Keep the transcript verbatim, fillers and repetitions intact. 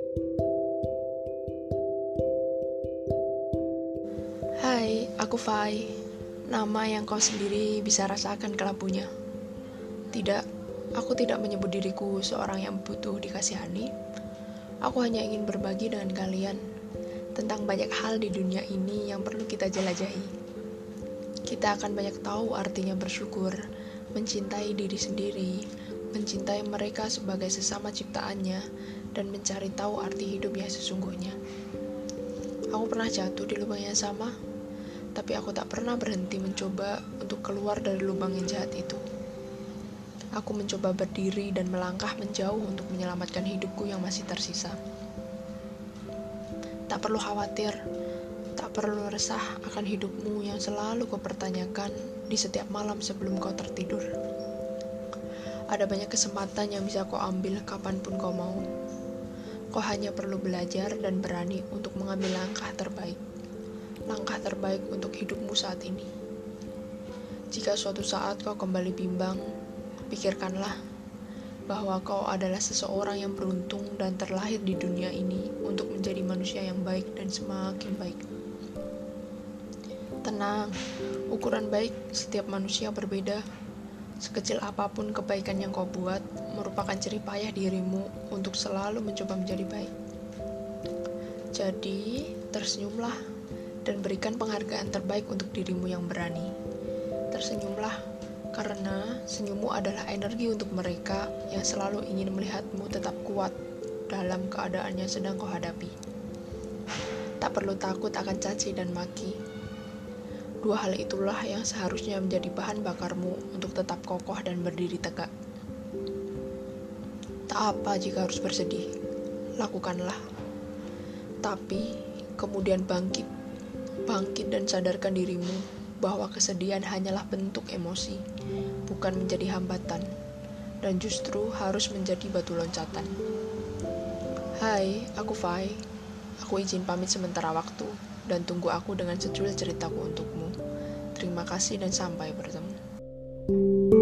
Hai, aku Fai. Nama yang kau sendiri bisa rasakan kelabunya. Tidak, aku tidak menyebut diriku seorang yang butuh dikasihani. Aku hanya ingin berbagi dengan kalian tentang banyak hal di dunia ini yang perlu kita jelajahi. Kita akan banyak tahu artinya bersyukur, mencintai diri sendiri, mencintai mereka sebagai sesama ciptaannya, dan mencari tahu arti hidupnya sesungguhnya. Aku pernah jatuh di lubang yang sama, tapi aku tak pernah berhenti mencoba untuk keluar dari lubang yang jahat itu. Aku mencoba berdiri dan melangkah menjauh untuk menyelamatkan hidupku yang masih tersisa. Tak perlu khawatir, tak perlu resah akan hidupmu yang selalu kau pertanyakan di setiap malam sebelum kau tertidur. Ada banyak kesempatan yang bisa kau ambil kapanpun kau mau. Kau hanya perlu belajar dan berani untuk mengambil langkah terbaik. Langkah terbaik untuk hidupmu saat ini. Jika suatu saat kau kembali bimbang, pikirkanlah bahwa kau adalah seseorang yang beruntung dan terlahir di dunia ini untuk menjadi manusia yang baik dan semakin baik. Tenang, ukuran baik setiap manusia berbeda. Sekecil apapun kebaikan yang kau buat merupakan jerih payah dirimu untuk selalu mencoba menjadi baik. Jadi, tersenyumlah dan berikan penghargaan terbaik untuk dirimu yang berani. Tersenyumlah, karena senyummu adalah energi untuk mereka yang selalu ingin melihatmu tetap kuat dalam keadaan yang sedang kau hadapi. Tak perlu takut akan caci dan maki. Dua hal itulah yang seharusnya menjadi bahan bakarmu untuk tetap kokoh dan berdiri tegak. Tak apa jika harus bersedih, lakukanlah. Tapi, kemudian bangkit. Bangkit dan sadarkan dirimu bahwa kesedihan hanyalah bentuk emosi, bukan menjadi hambatan, dan justru harus menjadi batu loncatan. Hai, aku Fai. Aku izin pamit sementara waktu, dan tunggu aku dengan secuil ceritaku untukmu. Terima kasih dan sampai bertemu.